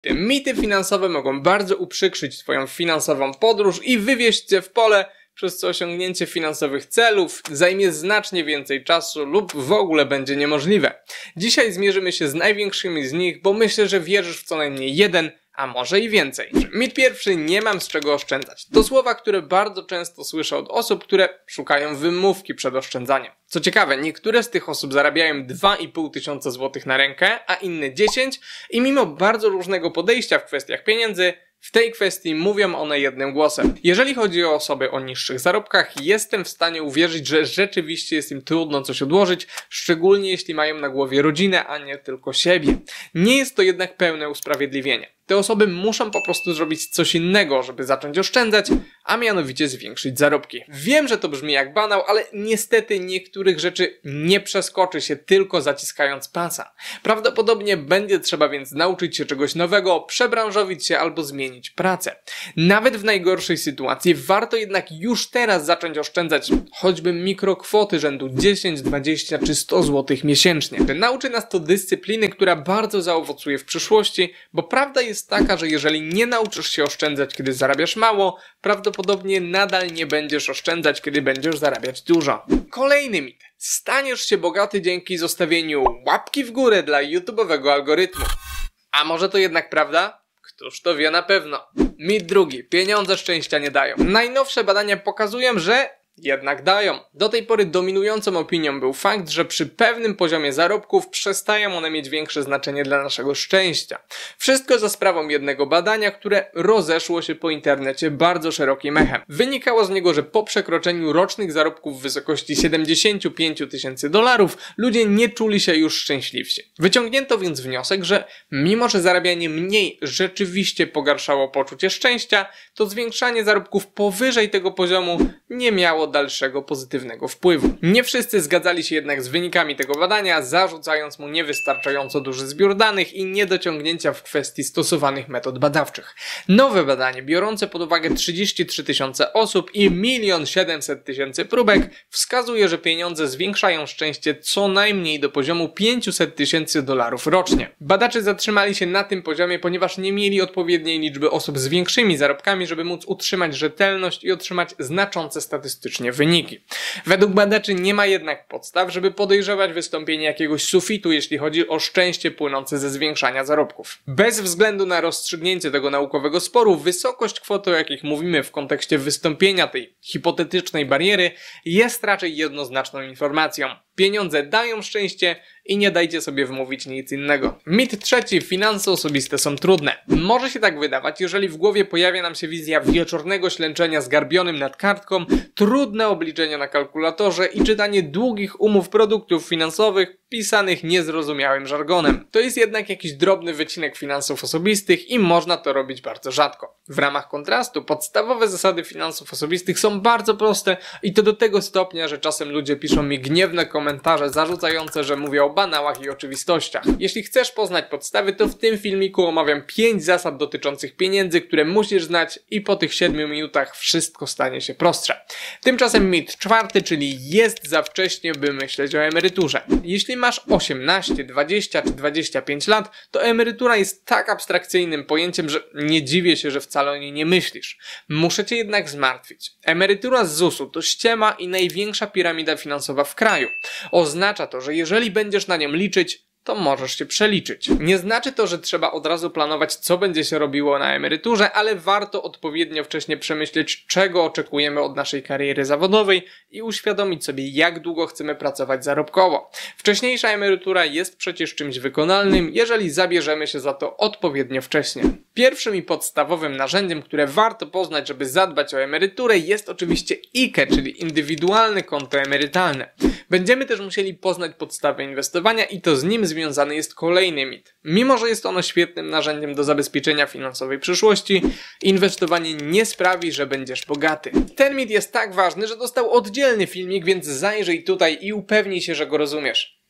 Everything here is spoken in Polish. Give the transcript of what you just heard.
Te mity finansowe mogą bardzo uprzykrzyć Twoją finansową podróż i wywieźć Cię w pole, przez co osiągnięcie finansowych celów zajmie znacznie więcej czasu lub w ogóle będzie niemożliwe. Dzisiaj zmierzymy się z największymi z nich, bo myślę, że wierzysz w co najmniej jeden, a może i więcej. Mit pierwszy: nie mam z czego oszczędzać. To słowa, które bardzo często słyszę od osób, które szukają wymówki przed oszczędzaniem. Co ciekawe, niektóre z tych osób zarabiają 2,5 tysiąca złotych na rękę, a inne 10 i mimo bardzo różnego podejścia w kwestiach pieniędzy, w tej kwestii mówią one jednym głosem. Jeżeli chodzi o osoby o niższych zarobkach, jestem w stanie uwierzyć, że rzeczywiście jest im trudno coś odłożyć, szczególnie jeśli mają na głowie rodzinę, a nie tylko siebie. Nie jest to jednak pełne usprawiedliwienie. Te osoby muszą po prostu zrobić coś innego, żeby zacząć oszczędzać, a mianowicie zwiększyć zarobki. Wiem, że to brzmi jak banał, ale niestety niektórych rzeczy nie przeskoczy się tylko zaciskając pasa. Prawdopodobnie będzie trzeba więc nauczyć się czegoś nowego, przebranżowić się albo zmienić pracę. Nawet w najgorszej sytuacji warto jednak już teraz zacząć oszczędzać choćby mikrokwoty rzędu 10, 20 czy 100 zł miesięcznie. Nauczy nas to dyscypliny, która bardzo zaowocuje w przyszłości, bo prawda jest taka, że jeżeli nie nauczysz się oszczędzać, kiedy zarabiasz mało, prawdopodobnie nadal nie będziesz oszczędzać, kiedy będziesz zarabiać dużo. Kolejny mit. Staniesz się bogaty dzięki zostawieniu łapki w górę dla YouTube'owego algorytmu. A może to jednak prawda? Któż to wie na pewno. Mit drugi. Pieniądze szczęścia nie dają. Najnowsze badania pokazują, że jednak dają. Do tej pory dominującą opinią był fakt, że przy pewnym poziomie zarobków przestają one mieć większe znaczenie dla naszego szczęścia. Wszystko za sprawą jednego badania, które rozeszło się po internecie bardzo szerokim echem. Wynikało z niego, że po przekroczeniu rocznych zarobków w wysokości 75 tysięcy dolarów ludzie nie czuli się już szczęśliwsi. Wyciągnięto więc wniosek, że mimo, że zarabianie mniej rzeczywiście pogarszało poczucie szczęścia, to zwiększanie zarobków powyżej tego poziomu nie miało dalszego pozytywnego wpływu. Nie wszyscy zgadzali się jednak z wynikami tego badania, zarzucając mu niewystarczająco duży zbiór danych i niedociągnięcia w kwestii stosowanych metod badawczych. Nowe badanie, biorące pod uwagę 33 tysiące osób i 1 700 000 próbek, wskazuje, że pieniądze zwiększają szczęście co najmniej do poziomu 500 tysięcy dolarów rocznie. Badacze zatrzymali się na tym poziomie, ponieważ nie mieli odpowiedniej liczby osób z większymi zarobkami, żeby móc utrzymać rzetelność i otrzymać znaczące statystyczne wyniki. Według badaczy nie ma jednak podstaw, żeby podejrzewać wystąpienie jakiegoś sufitu, jeśli chodzi o szczęście płynące ze zwiększania zarobków. Bez względu na rozstrzygnięcie tego naukowego sporu, wysokość kwoty, o jakich mówimy w kontekście wystąpienia tej hipotetycznej bariery, jest raczej jednoznaczną informacją. Pieniądze dają szczęście i nie dajcie sobie wmówić nic innego. Mit trzeci. Finanse osobiste są trudne. Może się tak wydawać, jeżeli w głowie pojawia nam się wizja wieczornego ślęczenia zgarbionym nad kartką, trudne obliczenia na kalkulatorze i czytanie długich umów produktów finansowych pisanych niezrozumiałym żargonem. To jest jednak jakiś drobny wycinek finansów osobistych i można to robić bardzo rzadko. W ramach kontrastu podstawowe zasady finansów osobistych są bardzo proste i to do tego stopnia, że czasem ludzie piszą mi gniewne komentarze zarzucające, że mówię o banałach i oczywistościach. Jeśli chcesz poznać podstawy, to w tym filmiku omawiam 5 zasad dotyczących pieniędzy, które musisz znać i po tych 7 minutach wszystko stanie się prostsze. Tymczasem mit czwarty, czyli jest za wcześnie, by myśleć o emeryturze. Jeśli masz 18, 20 czy 25 lat, to emerytura jest tak abstrakcyjnym pojęciem, że nie dziwię się, że wcale o niej nie myślisz. Muszę cię jednak zmartwić. Emerytura z ZUS-u to ściema i największa piramida finansowa w kraju. Oznacza to, że jeżeli będziesz na nią liczyć, to możesz się przeliczyć. Nie znaczy to, że trzeba od razu planować, co będzie się robiło na emeryturze, ale warto odpowiednio wcześnie przemyśleć, czego oczekujemy od naszej kariery zawodowej i uświadomić sobie, jak długo chcemy pracować zarobkowo. Wcześniejsza emerytura jest przecież czymś wykonalnym, jeżeli zabierzemy się za to odpowiednio wcześnie. Pierwszym i podstawowym narzędziem, które warto poznać, żeby zadbać o emeryturę, jest oczywiście IKE, czyli indywidualne konto emerytalne. Będziemy też musieli poznać podstawy inwestowania i to z nim związany jest kolejny mit. Mimo że jest ono świetnym narzędziem do zabezpieczenia finansowej przyszłości, inwestowanie nie sprawi, że będziesz bogaty. Ten mit jest tak ważny, że dostał oddzielny filmik, więc zajrzyj tutaj i upewnij się, że go rozumiesz.